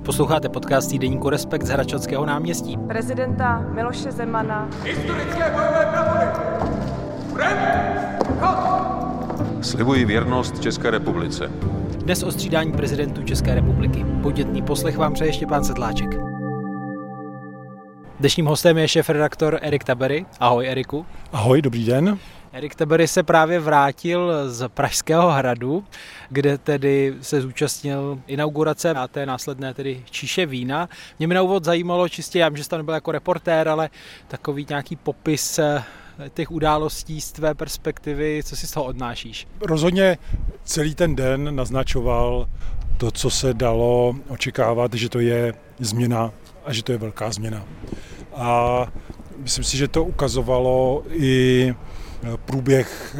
Posloucháte podcast týdeníku Respekt z Hradčanského náměstí. Prezidenta Miloše Zemana. Historické bojové prapory! Slibuji věrnost České republice. Dnes o střídání prezidentů České republiky. Podnětný poslech vám přeje Štěpán Sedláček. Dnešním hostem je šéfredaktor Erik Tabery. Ahoj, Eriku. Ahoj, dobrý den. Erik Tabery se právě vrátil z Pražského hradu, kde tedy se zúčastnil inaugurace a té následné tedy číše vína. Mě na úvod zajímalo čistě, já vím, že jsi tam nebyl jako reportér, ale takový nějaký popis těch událostí z tvé perspektivy, co si z toho odnášíš? Rozhodně celý ten den naznačoval to, co se dalo očekávat, že to je změna a že to je velká změna. A myslím si, že to ukazovalo i průběh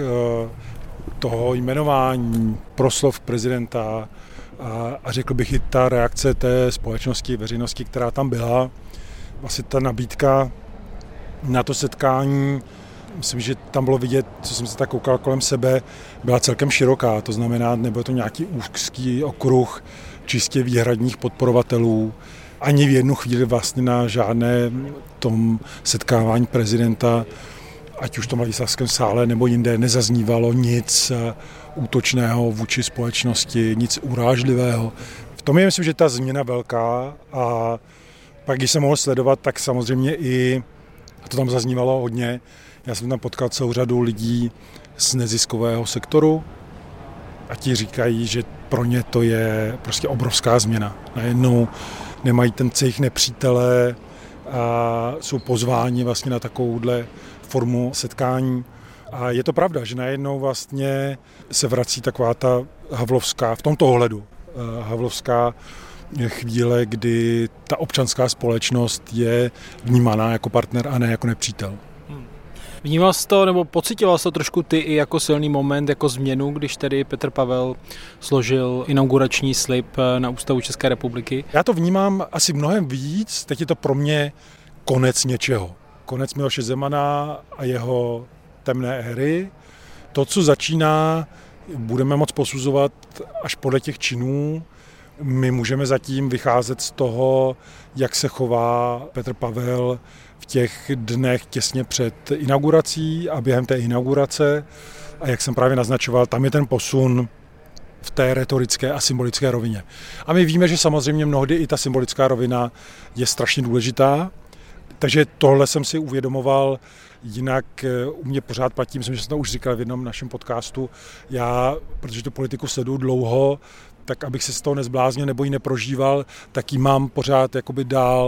toho jmenování, proslov prezidenta a řekl bych i ta reakce té společnosti, veřejnosti, která tam byla. Vlastně ta nabídka na to setkání, myslím, že tam bylo vidět, co jsem se tak koukal kolem sebe, byla celkem široká. To znamená, nebyl to nějaký úzký okruh čistě výhradních podporovatelů. Ani v jednu chvíli vlastně na žádné tom setkávání prezidenta, ať už v tom Ladislavském sále nebo jinde, nezaznívalo nic útočného vůči společnosti, nic urážlivého. V tom je, myslím, že ta změna velká a pak, když jsem mohl sledovat, tak samozřejmě i, a to tam zaznívalo hodně, já jsem tam potkal celou řadu lidí z neziskového sektoru a ti říkají, že pro ně to je prostě obrovská změna. Najednou nemají ten cejch nepřítele a jsou pozváni vlastně na takovouhle formu setkání. A je to pravda, že najednou vlastně se vrací taková ta havlovská, v tomto ohledu, havlovská chvíle, kdy ta občanská společnost je vnímána jako partner a ne jako nepřítel. Vnímal jsi to, nebo pocitoval jsi to trošku ty i jako silný moment, jako změnu, když tedy Petr Pavel složil inaugurační slib na Ústavu České republiky? Já to vnímám asi mnohem víc, teď je to pro mě konec něčeho. Konec Miloše Zemana a jeho temné éry. To, co začíná, budeme moct posuzovat až podle těch činů. My můžeme zatím vycházet z toho, jak se chová Petr Pavel v těch dnech těsně před inaugurací a během té inaugurace. A jak jsem právě naznačoval, tam je ten posun v té retorické a symbolické rovině. A my víme, že samozřejmě mnohdy i ta symbolická rovina je strašně důležitá. Takže tohle jsem si uvědomoval, jinak u mě pořád platí, myslím, že jsem to už říkal v jednom našem podcastu, já, protože tu politiku sleduju dlouho, tak abych se z toho nezbláznil nebo ji neprožíval, tak ji mám pořád jakoby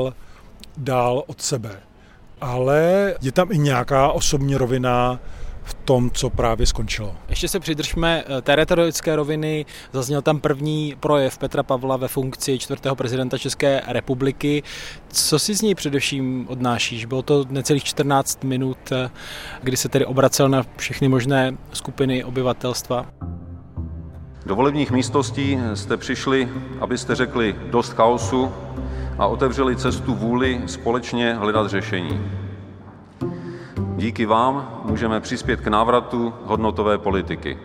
dál od sebe. Ale je tam i nějaká osobní rovina v tom, co právě skončilo. Ještě se přidržme té retorické roviny. Zazněl tam první projev Petra Pavla ve funkci 4. prezidenta České republiky. Co si z něj především odnášíš? Bylo to necelých 14 minut, kdy se tedy obracel na všechny možné skupiny obyvatelstva. Do volebních místností jste přišli, abyste řekli dost chaosu a otevřeli cestu vůli společně hledat řešení. Díky vám můžeme přispět k návratu hodnotové politiky.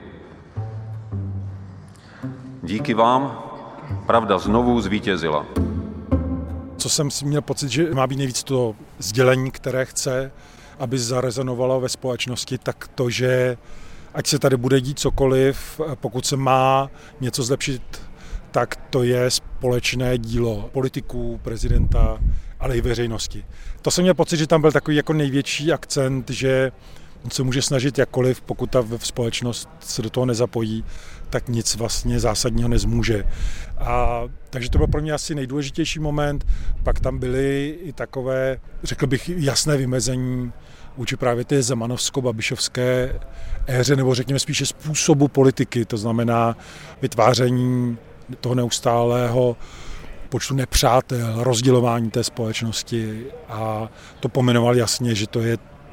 Díky vám pravda znovu zvítězila. Co jsem si měl pocit, že má být nejvíc to sdělení, které chce, aby zarezonovalo ve společnosti, tak to, že ať se tady bude dít cokoliv, pokud se má něco zlepšit, tak to je společné dílo politiků, prezidenta, ale i veřejnosti. To jsem měl pocit, že tam byl takový jako největší akcent, že on se může snažit jakkoliv, pokud ta společnost se do toho nezapojí, tak nic vlastně zásadního nezmůže. Takže to byl pro mě asi nejdůležitější moment. Pak tam byly i takové, řekl bych, jasné vymezení vůči právě té zemanovsko-babišovské éře, nebo řekněme spíše způsobu politiky, to znamená vytváření toho neustálého počtu nepřátel, rozdělování té společnosti a to pomenoval jasně, že to je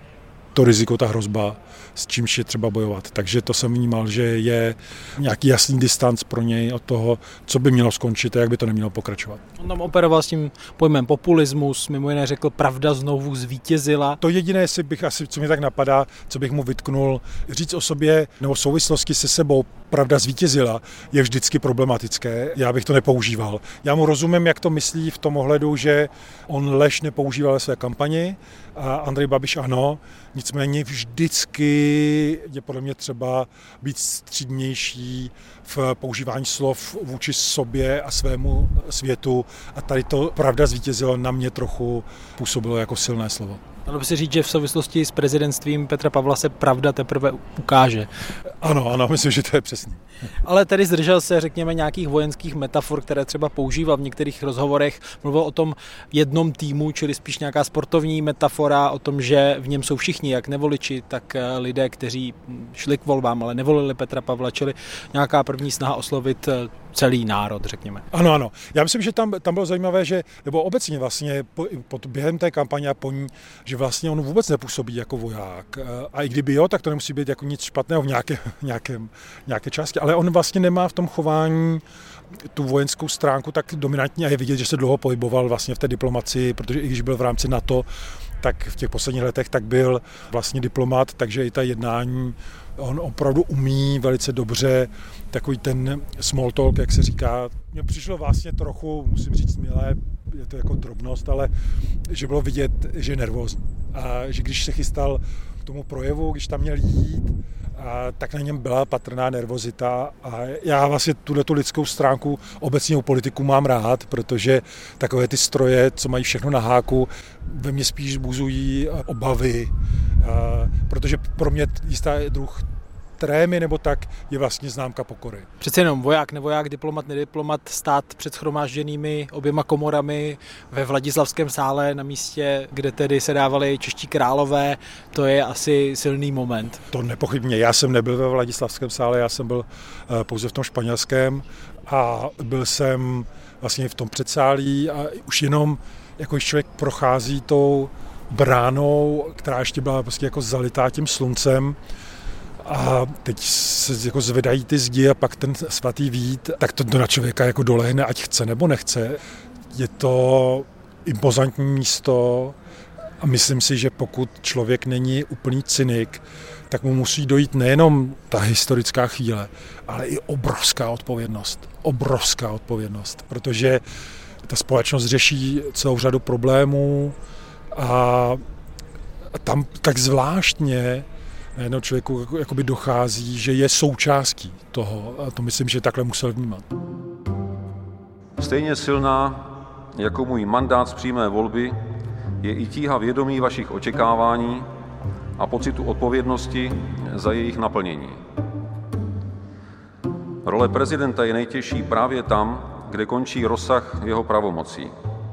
to riziko, ta hrozba, s čímž je třeba bojovat. Takže to jsem vnímal, že je nějaký jasný distanc pro něj od toho, co by mělo skončit a jak by to nemělo pokračovat. On tam operoval s tím pojmem populismus, mimo jiné řekl, pravda znovu zvítězila. To jediné, co mě tak napadá, co bych mu vytknul, říct o sobě nebo v souvislosti se sebou pravda zvítězila, je vždycky problematické. Já bych to nepoužíval. Já mu rozumím, jak to myslí v tom ohledu, že on lež nepoužíval ve své kampani a Andrej Babiš ano, nicméně vždycky je podle mě třeba být střídnější v používání slov vůči sobě a svému světu a tady to pravda zvítězila na mě trochu působilo jako silné slovo. Dalo by se říct, že v souvislosti s prezidentstvím Petra Pavla se pravda teprve ukáže. Ano, myslím, že to je přesně. Ale tedy zdržel se, řekněme, nějakých vojenských metafor, které třeba používal v některých rozhovorech. Mluvil o tom jednom týmu, čili spíš nějaká sportovní metafora o tom, že v něm jsou všichni, jak nevoliči, tak lidé, kteří šli k volbám, ale nevolili Petra Pavla, čili nějaká první snaha oslovit celý národ, řekněme. Ano. Já myslím, že tam bylo zajímavé, že, nebo obecně vlastně během té kampaně a po ní, že vlastně on vůbec nepůsobí jako voják. A i kdyby jo, tak to nemusí být jako nic špatného v nějaké části. Ale on vlastně nemá v tom chování tu vojenskou stránku tak dominantní a je vidět, že se dlouho pohyboval vlastně v té diplomacii, protože i když byl v rámci NATO, tak v těch posledních letech tak byl vlastně diplomat, takže i ta jednání on opravdu umí velice dobře takový ten small talk, jak se říká. Mně přišlo vlastně trochu, musím říct milé, je to jako drobnost, ale že bylo vidět, že je nervózní. A že když se chystal k tomu projevu, když tam měl jít, tak na něm byla patrná nervozita a já vlastně tuhletu lidskou stránku obecního politiku mám rád, protože takové ty stroje, co mají všechno na háku, ve mně spíš buzují obavy, protože pro mě jistá druh trémy nebo tak je vlastně známka pokory. Přece jenom voják, nevoják, diplomat, nediplomat, stát před shromážděnými oběma komorami ve Vladislavském sále na místě, kde tedy se dávali čeští králové, to je asi silný moment. To nepochybně. Já jsem nebyl ve Vladislavském sále, já jsem byl pouze v tom španělském a byl jsem vlastně v tom předsálí a už jenom jako když člověk prochází tou bránou, která ještě byla prostě jako zalitá tím sluncem, a teď se jako zvedají ty zdi a pak ten svatý vít, tak to na člověka jako dolehne, ať chce nebo nechce. Je to impozantní místo a myslím si, že pokud člověk není úplný cynik, tak mu musí dojít nejenom ta historická chvíle, ale i obrovská odpovědnost, protože ta společnost řeší celou řadu problémů a tam tak zvláštně najednou člověku jakoby dochází, že je součástí toho. A to myslím, že takhle musel vnímat. Stejně silná jako můj mandát z přímé volby je i tíha vědomí vašich očekávání a pocitu odpovědnosti za jejich naplnění. Role prezidenta je nejtěžší právě tam, kde končí rozsah jeho pravomocí.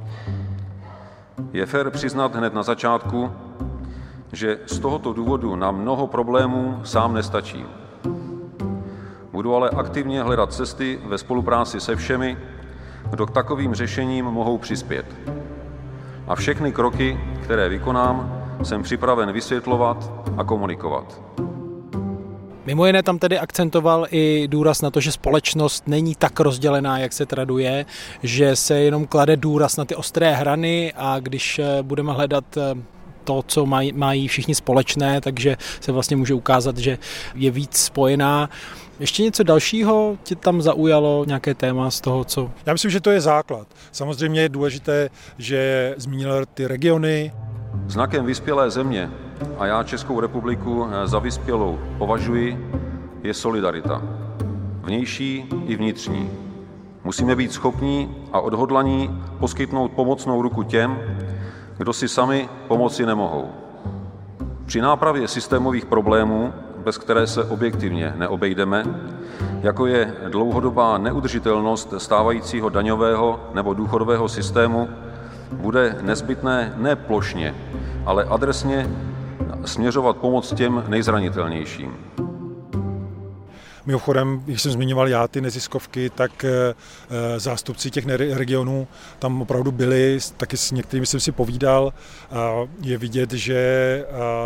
Je fér přiznat hned na začátku, že z tohoto důvodu na mnoho problémů sám nestačím. Budu ale aktivně hledat cesty ve spolupráci se všemi, kdo k takovým řešením mohou přispět. A všechny kroky, které vykonám, jsem připraven vysvětlovat a komunikovat. Mimo jiné tam tedy akcentoval i důraz na to, že společnost není tak rozdělená, jak se traduje, že se jenom klade důraz na ty ostré hrany a když budeme hledat to, co mají všichni společné, takže se vlastně může ukázat, že je víc spojená. Ještě něco dalšího tě tam zaujalo, nějaké téma z toho, co... Já myslím, že to je základ. Samozřejmě je důležité, že zmínil ty regiony. Znakem vyspělé země, a já Českou republiku za vyspělou považuji, je solidarita. Vnější i vnitřní. Musíme být schopní a odhodlaní poskytnout pomocnou ruku těm, kdo si sami pomoci nemohou. Při nápravě systémových problémů, bez které se objektivně neobejdeme, jako je dlouhodobá neudržitelnost stávajícího daňového nebo důchodového systému, bude nezbytné ne plošně, ale adresně směřovat pomoc těm nejzranitelnějším. Mimochodem, když jsem zmiňoval já ty neziskovky, tak zástupci těch regionů tam opravdu byli, taky s některými jsem si povídal. Je vidět, že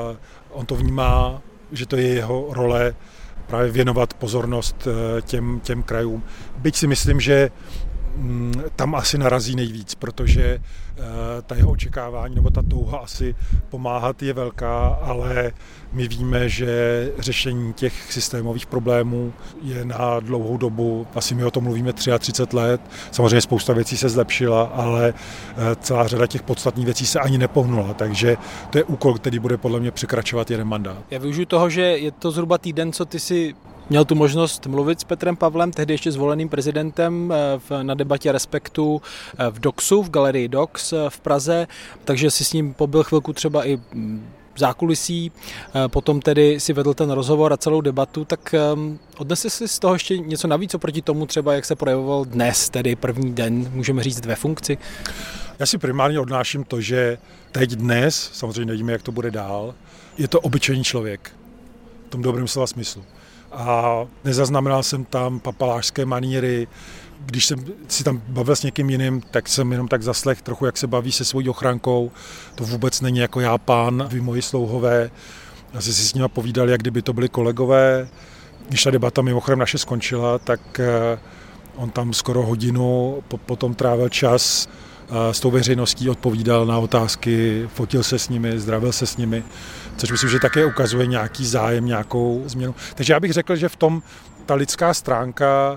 On to vnímá, že to je jeho role právě věnovat pozornost těm krajům. Byť si myslím, že tam asi narazí nejvíc, protože ta jeho očekávání nebo ta touha asi pomáhat je velká, ale my víme, že řešení těch systémových problémů je na dlouhou dobu, asi my o tom mluvíme 33 let, samozřejmě spousta věcí se zlepšila, ale celá řada těch podstatných věcí se ani nepohnula, takže to je úkol, který bude podle mě překračovat jeden mandát. Já využiju toho, že je to zhruba týden, co ty si měl tu možnost mluvit s Petrem Pavlem, tehdy ještě zvoleným prezidentem na debatě Respektu v DOXu, v galerii DOX v Praze, takže si s ním pobyl chvilku třeba i v zákulisí, potom tedy si vedl ten rozhovor a celou debatu, tak odnesl si z toho ještě něco navíc oproti tomu třeba, jak se projevoval dnes, tedy první den, můžeme říct, ve funkci? Já si primárně odnáším to, že teď dnes, samozřejmě nevíme, jak to bude dál, je to obyčejný člověk, v tom dobrém slova smyslu. A nezaznamenal jsem tam papalášské maníry. Když jsem si tam bavil s někým jiným, tak jsem jenom tak zaslech trochu, jak se baví se svojí ochrankou. To vůbec není jako já pán, vy moji slouhové. Já si s nimi povídal, jak kdyby to byli kolegové. Když ta debata mimochodem naše skončila, tak on tam skoro hodinu potom trávil čas s tou veřejností, odpovídal na otázky, fotil se s nimi, zdravil se s nimi, což myslím, že také ukazuje nějaký zájem, nějakou změnu. Takže já bych řekl, že v tom ta lidská stránka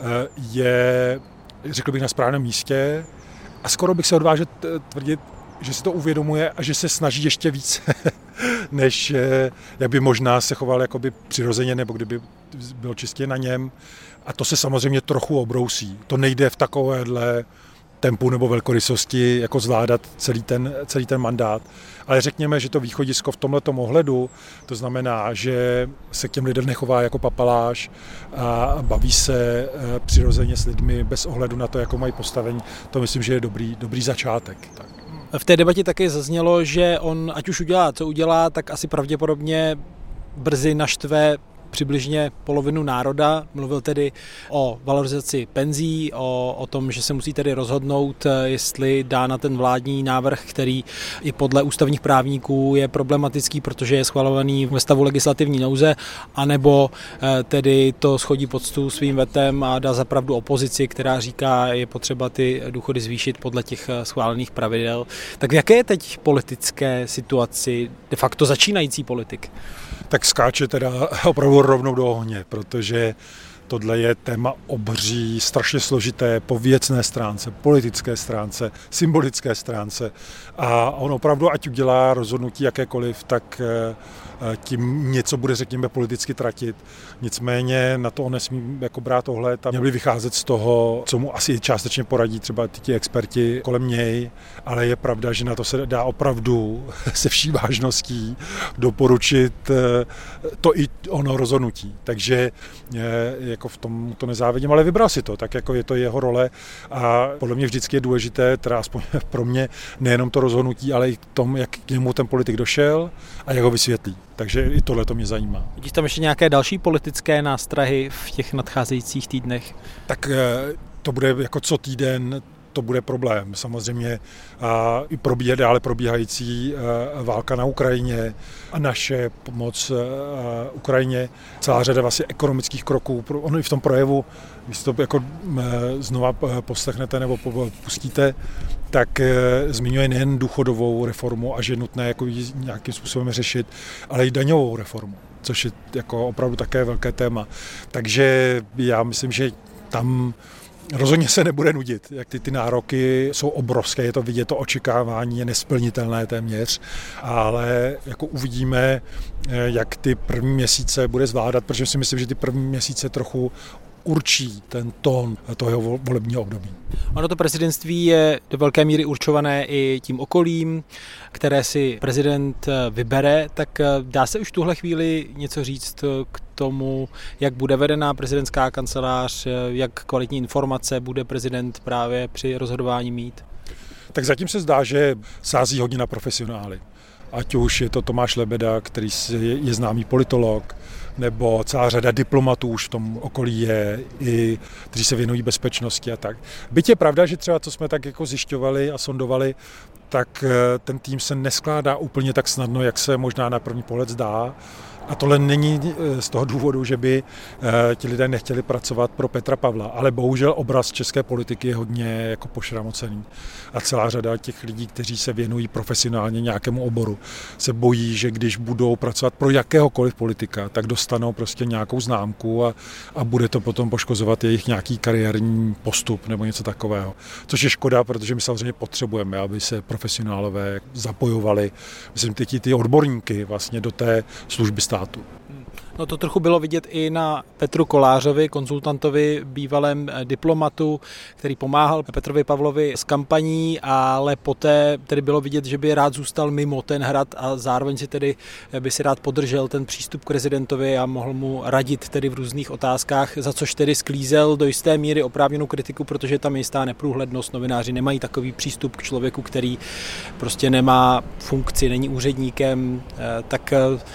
je, řekl bych, na správném místě a skoro bych se odvážil tvrdit, že si to uvědomuje a že se snaží ještě víc, než jak by možná se choval jakoby přirozeně, nebo kdyby byl čistě na něm. A to se samozřejmě trochu obrousí. To nejde v takovéhle tempu nebo velkorysosti jako zvládat celý ten mandát. Ale řekněme, že to východisko v tomhletom ohledu, to znamená, že se k těm lidem nechová jako papaláš a baví se přirozeně s lidmi bez ohledu na to, jakou mají postavení, to myslím, že je dobrý začátek. Tak. V té debatě taky zaznělo, že on, ať už udělá, co udělá, tak asi pravděpodobně brzy naštve přibližně polovinu národa. Mluvil tedy o valorizaci penzí, o tom, že se musí tedy rozhodnout, jestli dá na ten vládní návrh, který i podle ústavních právníků je problematický, protože je schvalovaný ve stavu legislativní nouze, anebo tedy to schodí pod stůl svým vetem a dá zapravdu opozici, která říká, je potřeba ty důchody zvýšit podle těch schválených pravidel. Tak v jaké je teď politické situaci de facto začínající politik? Tak skáče teda opravdu rovnou do ohně, protože tohle je téma obří, strašně složité po věcné stránce, politické stránce, symbolické stránce. A on opravdu, ať udělá rozhodnutí jakékoliv, tak tím něco bude, řekněme, politicky tratit. Nicméně na to on nesmí jako brát ohled a měl by vycházet z toho, co mu asi částečně poradí třeba ti experti kolem něj, ale je pravda, že na to se dá opravdu se vší vážností doporučit to i ono rozhodnutí. Takže jako v tom to nezávidím, ale vybral si to, tak jako je to jeho role a podle mě vždycky je důležité, teda aspoň pro mě, nejenom to rozhodnutí, ale i tom, jak k němu ten politik došel a jak ho vysvětlí. Takže i tohle to mě zajímá. Vidíš tam ještě nějaké další politické nástrahy v těch nadcházejících týdnech? Tak to bude jako co týden, to bude problém. Samozřejmě i dále probíhající válka na Ukrajině a naše pomoc Ukrajině, celá řada vlastně ekonomických kroků. Ono i v tom projevu, když to jako znova poslechnete nebo pustíte, tak zmiňuje nejen důchodovou reformu a že je nutné jako nějakým způsobem řešit, ale i daňovou reformu, což je jako opravdu také velké téma. Takže já myslím, že tam rozhodně se nebude nudit, jak ty nároky jsou obrovské, je to vidět, to očekávání je nesplnitelné téměř, ale jako uvidíme, jak ty první měsíce bude zvládat, protože si myslím, že ty první měsíce trochu určí ten tón toho volebního období. Ono to prezidentství je do velké míry určované i tím okolím, které si prezident vybere, tak dá se už v tuhle chvíli něco říct k tomu, jak bude vedená prezidentská kancelář, jak kvalitní informace bude prezident právě při rozhodování mít? Tak zatím se zdá, že sází hodně na profesionály. Ať už je to Tomáš Lebeda, který je známý politolog, nebo celá řada diplomatů už v tom okolí je, i kteří se věnují bezpečnosti a tak. Byť je pravda, že třeba co jsme tak jako zjišťovali a sondovali, tak ten tým se neskládá úplně tak snadno, jak se možná na první pohled zdá. A tohle není z toho důvodu, že by ti lidé nechtěli pracovat pro Petra Pavla, ale bohužel obraz české politiky je hodně jako pošramocený. A celá řada těch lidí, kteří se věnují profesionálně nějakému oboru, se bojí, že když budou pracovat pro jakéhokoliv politika, tak dostanou prostě nějakou známku a bude to potom poškozovat jejich nějaký kariérní postup nebo něco takového. Což je škoda, protože my samozřejmě potřebujeme, aby se profesionálové zapojovali, myslím, ty odborníky vlastně do té služby státu. No to trochu bylo vidět i na Petru Kolářovi, konzultantovi, bývalém diplomatu, který pomáhal Petrovi Pavlovi s kampaní, ale poté tedy bylo vidět, že by rád zůstal mimo ten hrad a zároveň si tedy by si rád podržel ten přístup k prezidentovi a mohl mu radit tedy v různých otázkách, za což tedy sklízel do jisté míry oprávněnou kritiku, protože tam je jistá neprůhlednost, novináři nemají takový přístup k člověku, který prostě nemá funkci, není úředníkem, tak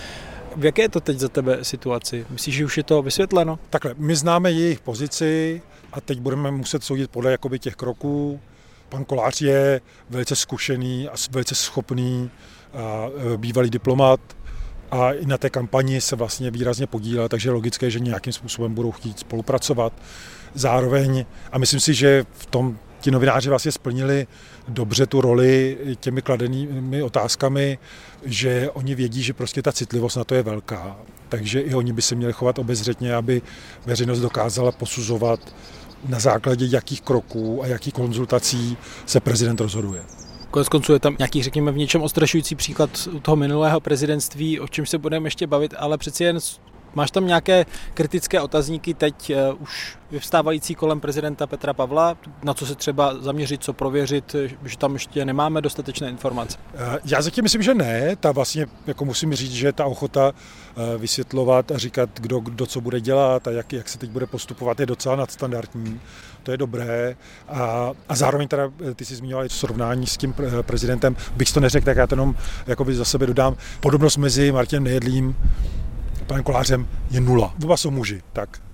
v jaké je to teď za tebe situaci? Myslíš, že už je to vysvětleno? Takhle, my známe jejich pozici a teď budeme muset soudit podle jakoby těch kroků. Pan Kolář je velice zkušený a velice schopný a bývalý diplomat a i na té kampani se vlastně výrazně podílel, takže je logické, že nějakým způsobem budou chtít spolupracovat. Zároveň, a myslím si, že v tom ti novináři vlastně splnili dobře tu roli těmi kladenými otázkami, že oni vědí, že prostě ta citlivost na to je velká. Takže i oni by se měli chovat obezřetně, aby veřejnost dokázala posuzovat, na základě jakých kroků a jakých konzultací se prezident rozhoduje. Koneckonců je tam nějaký, řekněme, v něčem ostrašující příklad toho minulého prezidentství, o čem se budeme ještě bavit, ale přeci jen máš tam nějaké kritické otazníky teď už vyvstávající kolem prezidenta Petra Pavla, na co se třeba zaměřit, co prověřit, že tam ještě nemáme dostatečné informace? Já zatím myslím, že ne. Ta vlastně, jako musím říct, že ta ochota vysvětlovat a říkat, kdo co bude dělat a jak se teď bude postupovat, je docela nadstandardní. To je dobré. A zároveň teda, ty jsi zmiňoval srovnání s tím prezidentem, bych to neřekl, tak já to jenom jakoby za sebe dodám. Podobnost mezi Martinem Nejedlým a panem Kolářem je nula. Oba jsou muži, tak.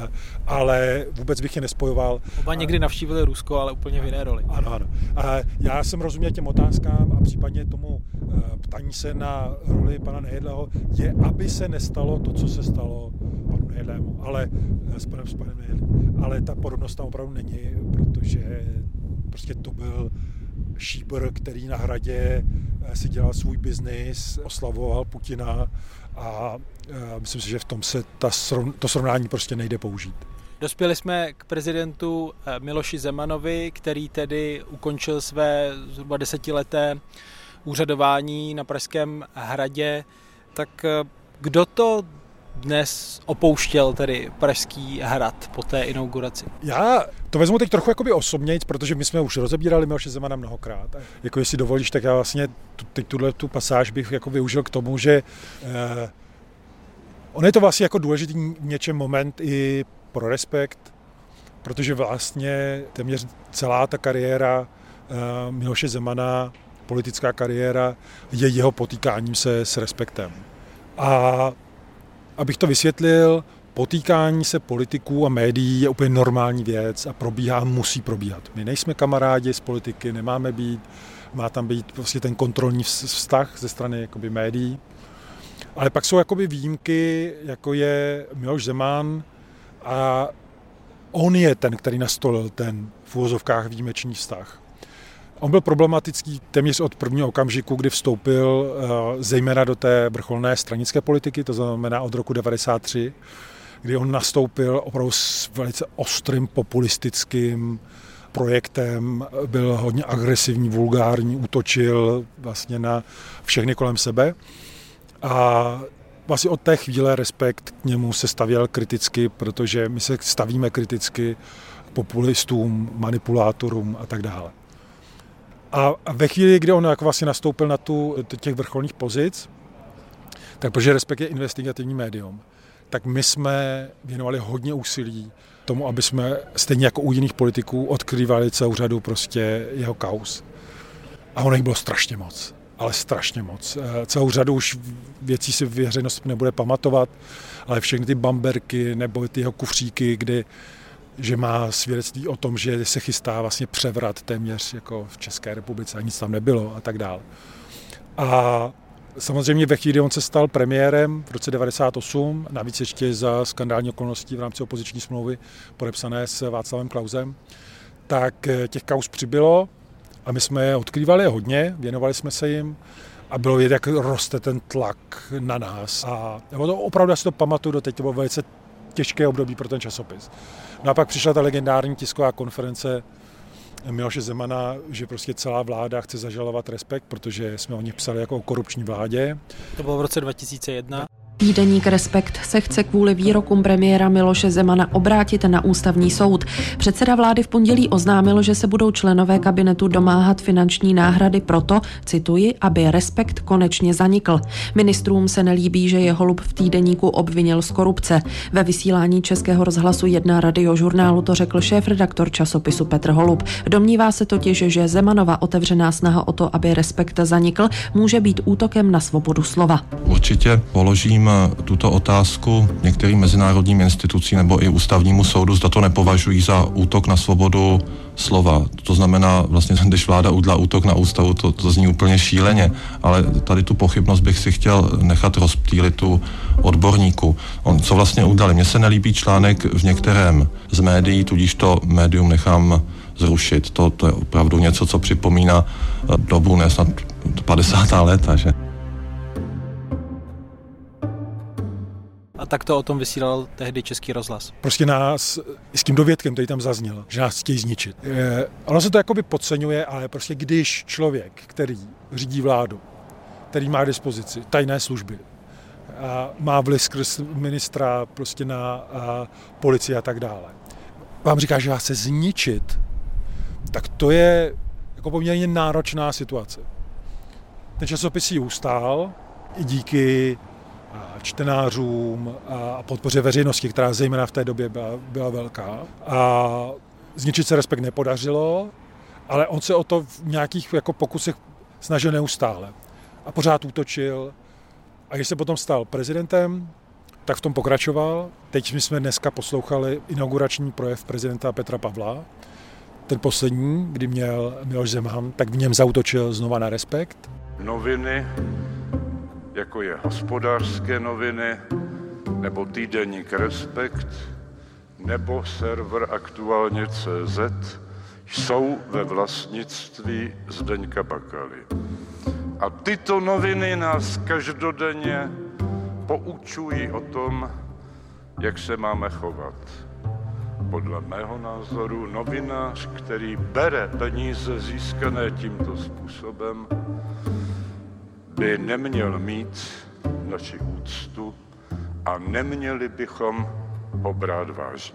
Ale vůbec bych je nespojoval. Oba někdy navštívili Rusko, ale úplně v jiné roli. Ano. Já jsem rozuměl těm otázkám a případně tomu ptání se na roli pana Nejedlého je, aby se nestalo to, co se stalo panu Nejedlému, ale s panem Nejedlým. Ale ta podobnost tam opravdu není, protože prostě to byl šíbr, který na Hradě si dělal svůj biznis, oslavoval Putina a myslím si, že v tom se to srovnání prostě nejde použít. Dospěli jsme k prezidentu Miloši Zemanovi, který tedy ukončil své zhruba 10leté úřadování na Pražském hradě. Tak kdo to dnes opouštěl, tedy Pražský hrad po té inauguraci? Já to vezmu teď trochu jakoby osobnějc, protože my jsme už rozebírali Miloše Zemana mnohokrát. Jako jestli dovolíš, tak já vlastně teď tu pasáž bych jako využil k tomu, že on je to vlastně jako důležitý v něčem moment i pro respekt, protože vlastně téměř celá ta kariéra Miloše Zemana, politická kariéra, je jeho potýkáním se s respektem. A abych to vysvětlil, potýkání se politiků a médií je úplně normální věc a musí probíhat. My nejsme kamarádi z politiky, nemáme být, má tam být prostě ten kontrolní vztah ze strany jakoby médií. Ale pak jsou jakoby výjimky, jako je Miloš Zeman a on je ten, který nastolil ten v uvozovkách výjimečný vztah. On byl problematický téměř od prvního okamžiku, kdy vstoupil zejména do té vrcholné stranické politiky, to znamená od roku 1993, kdy on nastoupil opravdu s velice ostrým populistickým projektem, byl hodně agresivní, vulgární, útočil vlastně na všechny kolem sebe. A vlastně od té chvíle respekt k němu se stavěl kriticky, protože my se stavíme kriticky populistům, manipulátorům a tak dále. A ve chvíli, kdy on jako vlastně nastoupil na těch vrcholných pozic, tak protože respekt je investigativní médium, tak my jsme věnovali hodně úsilí tomu, aby jsme stejně jako u jiných politiků odkrývali celou řadu prostě jeho kauz. A ono jich bylo strašně moc. ale strašně moc. Celou řadu už věcí si veřejnost nebude pamatovat, ale všechny ty bamberky nebo ty jeho kufříky, že má svědectví o tom, že se chystá vlastně převrat téměř jako v České republice a nic tam nebylo a tak dále. A samozřejmě ve chvíli, kdy on se stal premiérem v roce 1998, navíc ještě za skandální okolností v rámci opoziční smlouvy podepsané s Václavem Klausem, tak těch kauz přibylo a my jsme je odkrývali hodně, věnovali jsme se jim a bylo vidět, jak roste ten tlak na nás. A opravdu si to pamatuju doteď, to bylo velice těžké období pro ten časopis. No a pak přišla ta legendární tisková konference Miloše Zemana, že prostě celá vláda chce zažalovat Respekt, protože jsme o nich psali jako o korupční vládě. To bylo v roce 2001. Týdeník Respekt se chce kvůli výrokům premiéra Miloše Zemana obrátit na ústavní soud. Předseda vlády v pondělí oznámil, že se budou členové kabinetu domáhat finanční náhrady proto, cituji, aby Respekt konečně zanikl. Ministrům se nelíbí, že je Holub v týdeníku obvinil z korupce. Ve vysílání Českého rozhlasu 1 Radiožurnálu to řekl šéfredaktor časopisu Petr Holub. Domnívá se totiž, že Zemanova otevřená snaha o to, aby Respekt zanikl, může být útokem na svobodu slova. Určitě položím tuto otázku některým mezinárodním institucím nebo i ústavnímu soudu, zda to nepovažují za útok na svobodu slova. To znamená, vlastně, když vláda udělá útok na ústavu, to zní úplně šíleně, ale tady tu pochybnost bych si chtěl nechat rozptýlit u odborníků. Co vlastně udělali? Mně se nelíbí článek v některém z médií, tudíž to médium nechám zrušit. To je opravdu něco, co připomíná dobu, ne snad 50. léta, že? A tak to o tom vysílal tehdy Český rozhlas. Prostě nás, s tím dovědkem, který tam zazněl, že nás chtějí zničit. Ono se to jakoby podceňuje, ale prostě když člověk, který řídí vládu, který má k dispozici tajné služby, a má vliv skrz ministra prostě na policii a tak dále, vám říká, že vás chce zničit, tak to je jako poměrně náročná situace. Ten časopis ji ustál i díky čtenářům a podpoře veřejnosti, která zejména v té době byla velká. A zničit se Respekt nepodařilo, ale on se o to v nějakých jako pokusech snažil neustále. A pořád útočil. A když se potom stal prezidentem, tak v tom pokračoval. Teď jsme dneska poslouchali inaugurační projev prezidenta Petra Pavla. Ten poslední, kdy měl Miloš Zeman, tak v něm zaútočil znova na Respekt. Noviny, jako je Hospodářské noviny, nebo týdeník Respekt, nebo server Aktuálně.cz, jsou ve vlastnictví Zdeňka Bakaly. A tyto noviny nás každodenně poučují o tom, jak se máme chovat. Podle mého názoru novinář, který bere peníze získané tímto způsobem, by neměl mít naši úctu a neměli bychom ho brát vážně.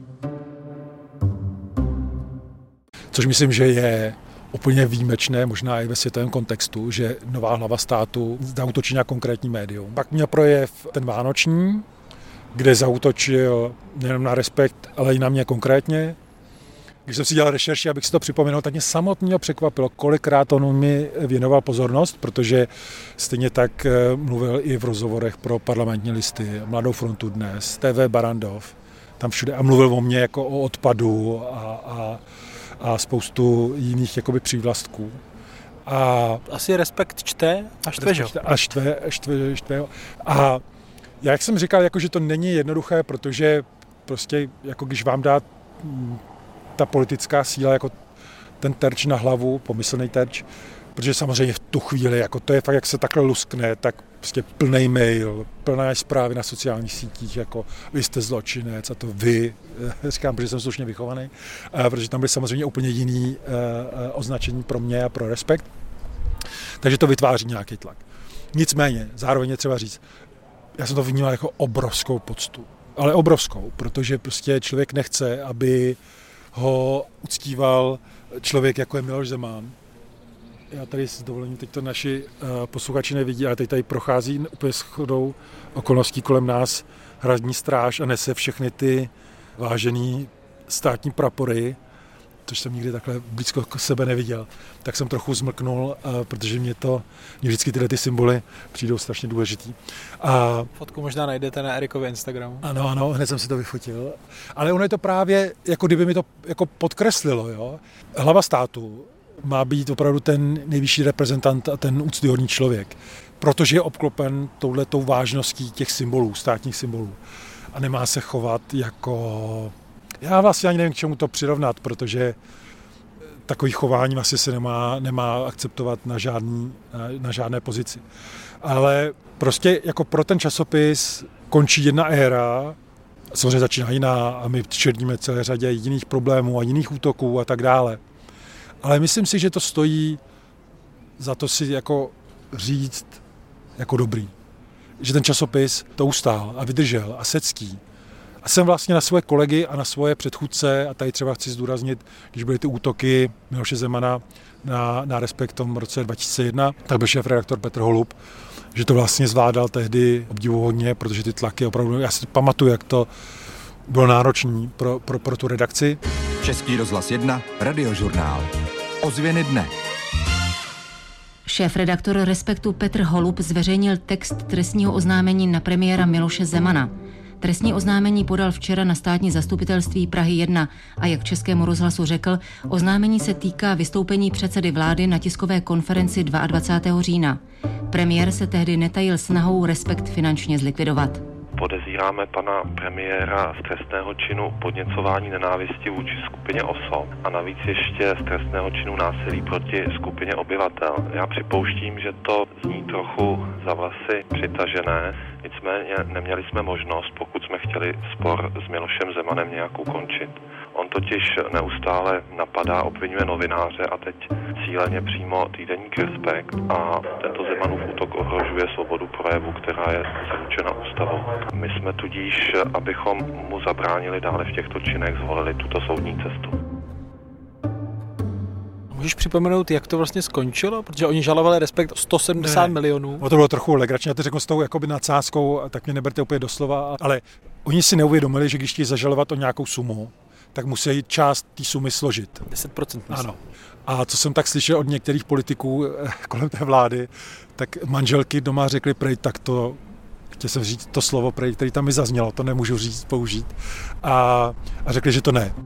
Což myslím, že je úplně výjimečné, možná i ve světovém kontextu, že nová hlava státu zaútočí na konkrétní médium. Pak měl projev ten vánoční, kde zaútočil nejen na Respekt, ale i na mě konkrétně. Když jsem si dělal rešerši, abych si to připomenul, tak mě samotného překvapilo, kolikrát on mi věnoval pozornost, protože stejně tak mluvil i v rozhovorech pro Parlamentní listy, Mladou frontu Dnes, TV Barrandov, tam všude a mluvil o mně jako o odpadu a spoustu jiných jakoby přívlastků. A asi Respekt čte a štve, že? A štve. A jak jsem říkal, jako, že to není jednoduché, protože prostě jako když vám dá ta politická síla jako ten terč na hlavu, pomyslný terč, protože samozřejmě v tu chvíli, jako to je fakt, jak se takhle luskne, tak prostě plný mail, plné zprávy na sociálních sítích, jako vy jste zločinec a to vy, říkám, protože jsem slušně vychovaný, protože tam byly samozřejmě úplně jiný označení pro mě a pro Respekt, takže to vytváří nějaký tlak. Nicméně, zároveň je třeba říct, já jsem to vnímal jako obrovskou poctu, ale obrovskou, protože prostě člověk nechce, aby ho uctíval člověk, jako je Miloš Zeman. Já tady s dovolením, teď to naši posluchači nevidí, ale teď tady prochází úplně shodou okolností kolem nás hradní stráž a nese všechny ty vážený státní prapory což jsem nikdy takhle blízko k sebe neviděl, tak jsem trochu zmlknul, protože mě vždycky tyhle ty symboly přijdou strašně důležitý. A fotku možná najdete na Erikově Instagramu. Ano, hned jsem si to vyfotil. Ale ono je to právě, jako kdyby mi to jako podkreslilo. Jo? Hlava státu má být opravdu ten nejvyšší reprezentant a ten úctyhodný člověk, protože je obklopen touhletou vážností těch symbolů, státních symbolů. A nemá se chovat jako... Já vlastně ani nevím, k čemu to přirovnat, protože takový chování asi se nemá akceptovat na žádné pozici. Ale prostě jako pro ten časopis končí jedna éra, samozřejmě začíná jiná a my čelíme celé řadě jiných problémů a jiných útoků a tak dále. Ale myslím si, že to stojí za to si jako říct jako dobrý. Že ten časopis to ustál a vydržel a sectí. A jsem vlastně na svoje kolegy a na svoje předchůdce, a tady třeba chci zdůraznit, když byly ty útoky Miloše Zemana na Respekt v tom roce 2001, tak byl šéfredaktor Petr Holub, že to vlastně zvládal tehdy obdivuhodně, protože ty tlaky opravdu, já si pamatuju, jak to bylo náročné pro tu redakci. Český rozhlas 1, Radiožurnál. Ozvěny dne. Šéfredaktor Respektu Petr Holub zveřejnil text trestního oznámení na premiéra Miloše Zemana. Trestní oznámení podal včera na státní zastupitelství Prahy 1 a jak Českému rozhlasu řekl, oznámení se týká vystoupení předsedy vlády na tiskové konferenci 22. října. Premiér se tehdy netajil snahou Respekt finančně zlikvidovat. Podezíráme pana premiéra z trestného činu podněcování nenávisti vůči skupině osob a navíc ještě z trestného činu násilí proti skupině obyvatel. Já připouštím, že to zní trochu za vlasy přitažené, nicméně neměli jsme možnost, pokud jsme chtěli spor s Milošem Zemanem nějak ukončit. On totiž neustále napadá, obvinuje novináře a teď cíleně přímo týdeník Respekt a tento Zemanův útok ohrožuje svobodu projevu, která je zaručena ústavou. My jsme tudíž, abychom mu zabránili dále v těchto činech, zvolili tuto soudní cestu. Můžeš připomenout, jak to vlastně skončilo? Protože oni žalovali Respekt 170 milionů. To bylo trochu legračně, já to řeknu s tou jakoby nadsázkou, tak mě neberte úplně doslova, ale oni si neuvědomili, že když chtějí zažalovat o nějakou sumu, tak musí část té sumy složit. 10%. Ano. A co jsem tak slyšel od některých politiků kolem té vlády, tak manželky doma řekly prej, tak to, chtěl jsem říct to slovo prej, který tam mi zaznělo, to nemůžu použít. A řekli, že to ne.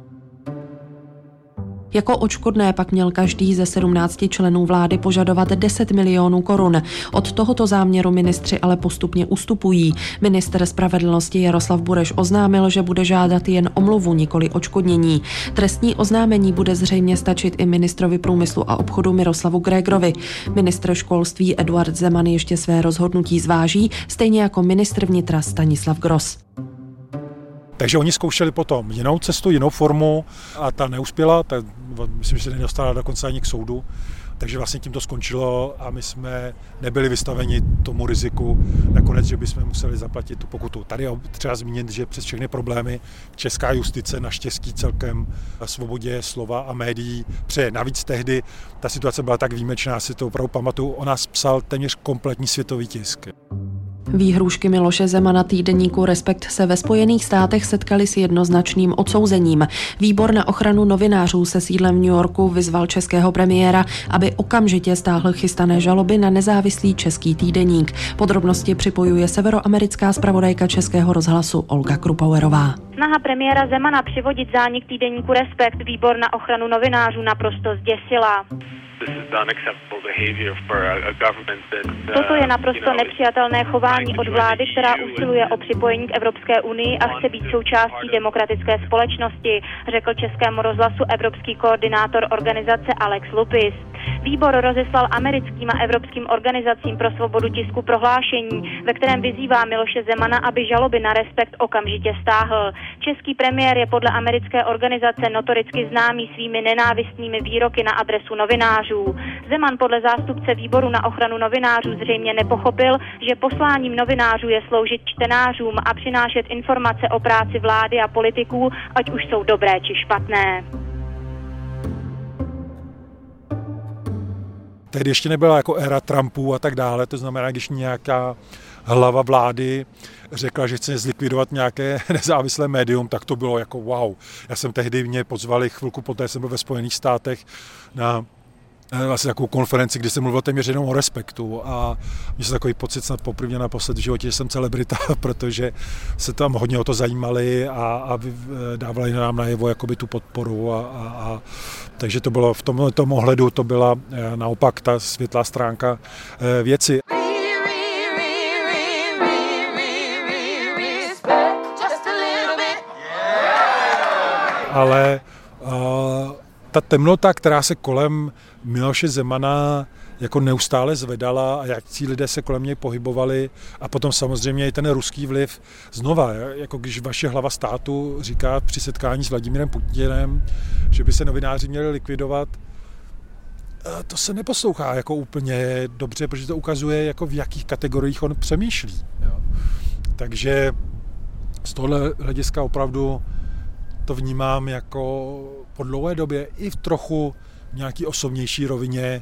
Jako odškodné pak měl každý ze 17 členů vlády požadovat 10 milionů korun. Od tohoto záměru ministři ale postupně ustupují. Ministr spravedlnosti Jaroslav Bureš oznámil, že bude žádat jen omluvu, nikoli odškodnění. Trestní oznámení bude zřejmě stačit i ministrovi průmyslu a obchodu Miroslavu Grégrovi. Ministr školství Eduard Zeman ještě své rozhodnutí zváží, stejně jako ministr vnitra Stanislav Gross. Takže oni zkoušeli potom jinou cestu, jinou formu a ta neuspěla, tak myslím, že se nedostala dokonce ani k soudu. Takže vlastně tím to skončilo a my jsme nebyli vystaveni tomu riziku nakonec, že bychom museli zaplatit tu pokutu. Tady je třeba zmínit, že přes všechny problémy česká justice naštěstí celkem svobodě slova a médií přeje. Navíc tehdy ta situace byla tak výjimečná, si to opravdu pamatuju, o nás psal téměř kompletní světový tisk. Výhrůžky Miloše Zemana týdeníku Respekt se ve Spojených státech setkaly s jednoznačným odsouzením. Výbor na ochranu novinářů se sídlem v New Yorku vyzval českého premiéra, aby okamžitě stáhl chystané žaloby na nezávislý český týdeník. Podrobnosti připojuje severoamerická zpravodajka Českého rozhlasu Olga Krupauerová. Snaha premiéra Zemana přivodit zánik týdeníku Respekt výbor na ochranu novinářů naprosto zděsila. Toto je naprosto nepřijatelné chování od vlády, která usiluje o připojení k Evropské unii a chce být součástí demokratické společnosti, řekl Českému rozhlasu evropský koordinátor organizace Alex Lupis. Výbor rozeslal americkým a evropským organizacím pro svobodu tisku prohlášení, ve kterém vyzývá Miloše Zemana, aby žaloby na Respekt okamžitě stáhl. Český premiér je podle americké organizace notoricky známý svými nenávistnými výroky na adresu novinářů. Zeman podle zástupce výboru na ochranu novinářů zřejmě nepochopil, že posláním novinářů je sloužit čtenářům a přinášet informace o práci vlády a politiků, ať už jsou dobré či špatné. tehdy ještě nebyla jako éra Trumpů a tak dále, to znamená, když nějaká hlava vlády řekla, že chce zlikvidovat nějaké nezávislé médium, tak to bylo jako wow. Já jsem tehdy, mě pozvali chvilku poté, jsem byl ve Spojených státech na vlastně takovou konferenci, kdy jsem mluvil téměř jenom o Respektu a měl jsem takový pocit snad poprvé naposled v životě, že jsem celebrita, protože se tam hodně o to zajímali a dávali nám najevo jakoby tu podporu takže to bylo v tom ohledu, to byla naopak ta světlá stránka věci. Ale ta temnota, která se kolem Miloše Zemana jako neustále zvedala a jak ti lidé se kolem něj pohybovali a potom samozřejmě i ten ruský vliv znova, jako když vaše hlava státu říká při setkání s Vladimírem Putinem, že by se novináři měli likvidovat, to se neposlouchá jako úplně dobře, protože to ukazuje, jako v jakých kategoriích on přemýšlí. Jo. Takže z tohle hlediska opravdu to vnímám jako po dlouhé době i v trochu nějaký osobnější rovině,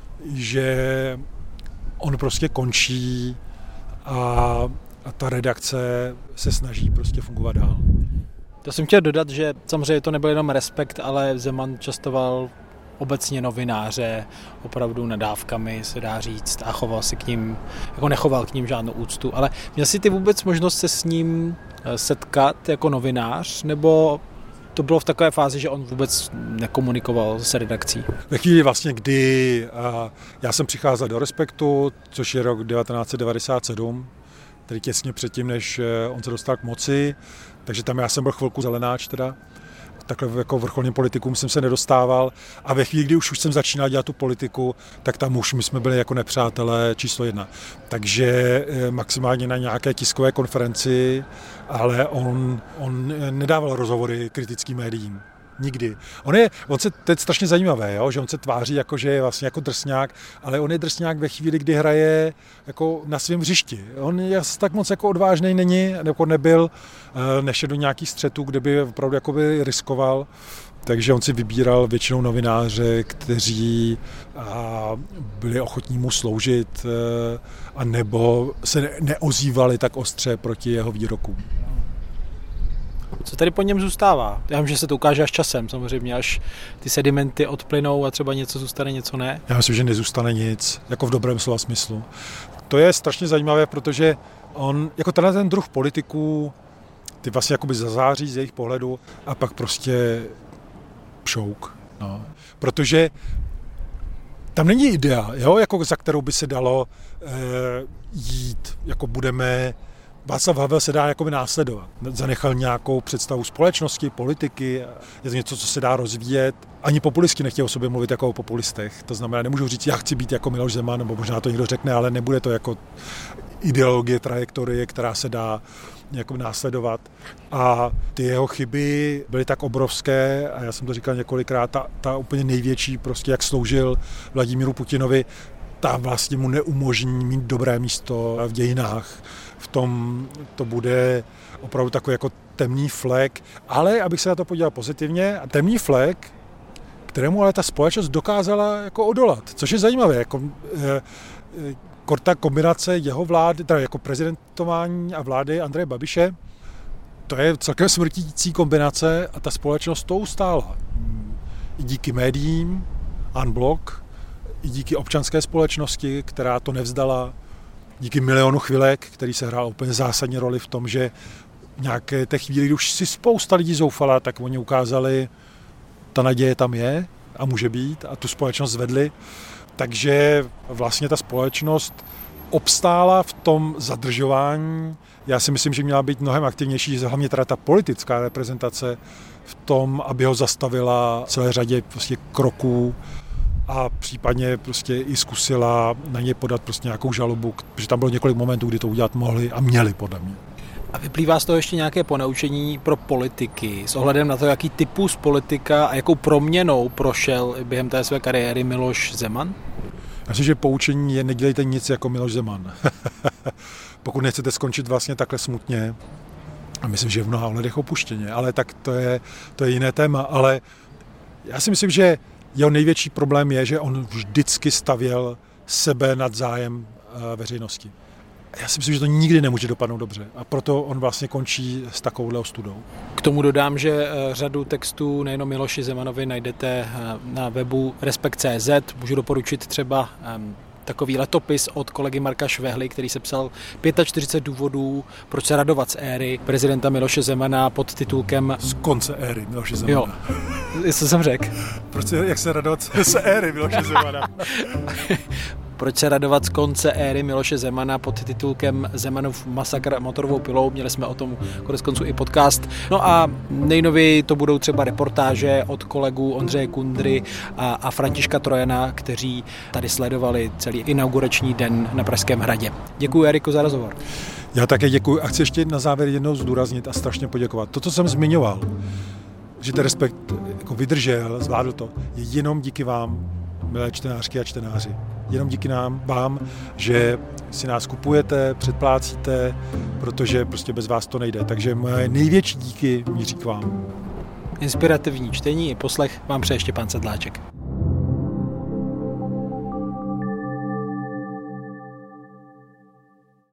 že on prostě končí a ta redakce se snaží prostě fungovat dál. To jsem chtěl dodat, že samozřejmě to nebyl jenom Respekt, ale Zeman častoval obecně novináře opravdu nadávkami, se dá říct, a choval se k ním, jako nechoval k ním žádnou úctu. Ale měl jsi ty vůbec možnost se s ním setkat jako novinář, nebo to bylo v takové fázi, že on vůbec nekomunikoval s redakcí? Ve chvíli vlastně, kdy já jsem přicházel do Respektu, což je rok 1997, tedy těsně předtím, než on se dostal k moci, takže tam já jsem byl chvilku zelenáč teda, takhle jako vrcholným politikům jsem se nedostával a ve chvíli, kdy už jsem začínal dělat tu politiku, tak tam už my jsme byli jako nepřátelé číslo 1. Takže maximálně na nějaké tiskové konferenci, ale on nedával rozhovory kritickým médiím. Nikdy. On se teď strašně zajímavé, jo? Že on se tváří jako, že je vlastně jako drsňák, ale on je drsňák ve chvíli, kdy hraje jako na svém hřišti. On je tak moc jako odvážnej není, nebo nebyl, než je do nějakých střetů, kde by opravdu jakoby riskoval. Takže on si vybíral většinou novináře, kteří byli ochotní mu sloužit a nebo se neozývali tak ostře proti jeho výrokům. Co tady po něm zůstává? Já vím, že se to ukáže až časem, samozřejmě, až ty sedimenty odplynou a třeba něco zůstane, něco ne. Já myslím, že nezůstane nic, jako v dobrém slova smyslu. To je strašně zajímavé, protože on, jako ten druh politiků, ty vlastně jakoby zazáří z jejich pohledu a pak prostě pšouk. No. Protože tam není idea, jo, jako za kterou by se dalo jít, jako budeme. Václav Havel se dá jakoby následovat. Zanechal nějakou představu společnosti, politiky, je to něco, co se dá rozvíjet. Ani populisti nechtějí o sobě mluvit jako o populistech. To znamená, nemůžu říct, já chci být jako Miloš Zeman, nebo možná to někdo řekne, ale nebude to jako ideologie, trajektorie, která se dá jako následovat. A ty jeho chyby byly tak obrovské, a já jsem to říkal několikrát, ta úplně největší, prostě jak sloužil Vladimíru Putinovi, ta vlastně mu neumožní mít dobré místo v dějinách. V tom to bude opravdu takový jako temný flek, ale abych se na to podíval pozitivně, temný flek, kterému ale ta společnost dokázala jako odolat, což je zajímavé. Jako, ta kombinace jeho vlády, teda jako prezidentování a vlády Andreje Babiše, to je celkem smrtící kombinace a ta společnost to ustála. I díky médiím, unblock, i díky občanské společnosti, která to nevzdala, díky milionu chvilek, který se hrál úplně zásadní roli v tom, že nějaké té chvíli, když už si spousta lidí zoufala, tak oni ukázali, ta naděje tam je a může být a tu společnost zvedli. Takže vlastně ta společnost obstála v tom zadržování. Já si myslím, že měla být mnohem aktivnější, hlavně teda ta politická reprezentace v tom, aby ho zastavila celé řadě prostě kroků a případně prostě i zkusila na ně podat prostě nějakou žalobu, protože tam bylo několik momentů, kdy to udělat mohli a měli podle mě. A vyplývá z toho ještě nějaké ponaučení pro politiky s ohledem na to, jaký typus politika a jakou proměnou prošel během té své kariéry Miloš Zeman? Já myslím, že poučení je nedělejte nic jako Miloš Zeman. Pokud nechcete skončit vlastně takhle smutně, a myslím, že v mnoha ohledech opuštěně, ale tak to je jiné téma, ale já si myslím, že Jeho největší problém je, že on vždycky stavěl sebe nad zájem veřejnosti. Já si myslím, že to nikdy nemůže dopadnout dobře a proto on vlastně končí s takovouhle ostudou. K tomu dodám, že řadu textů nejenom Miloši Zemanovi najdete na webu Respekt.cz. Můžu doporučit třeba takový letopis od kolegy Marka Švehly, který sepsal 45 důvodů, proč se radovat z éry prezidenta Miloše Zemana pod titulkem Z konce éry Miloše Zemana. Jo, co jsem řekl? Jak se radovat z éry Miloše Zemana? Proč se radovat z konce éry Miloše Zemana pod titulkem Zemanův masakr motorovou pilou. Měli jsme o tom koneckonců i podcast. No a nejnověji to budou třeba reportáže od kolegů Ondřeje Kundry a Františka Trojana, kteří tady sledovali celý inaugurační den na Pražském hradě. Děkuji, Eriku, za rozhovor. Já také děkuji a chci ještě na závěr jednou zdůraznit a strašně poděkovat. To, co jsem zmiňoval, že ten Respekt jako vydržel, zvládl to, je jenom díky vám, milé čtenářky a čtenáři. Jenom díky vám, že si nás kupujete, předplácíte, protože prostě bez vás to nejde. Takže moje největší díky míří k vám. Inspirativní čtení i poslech vám přeje Štěpán Sedláček.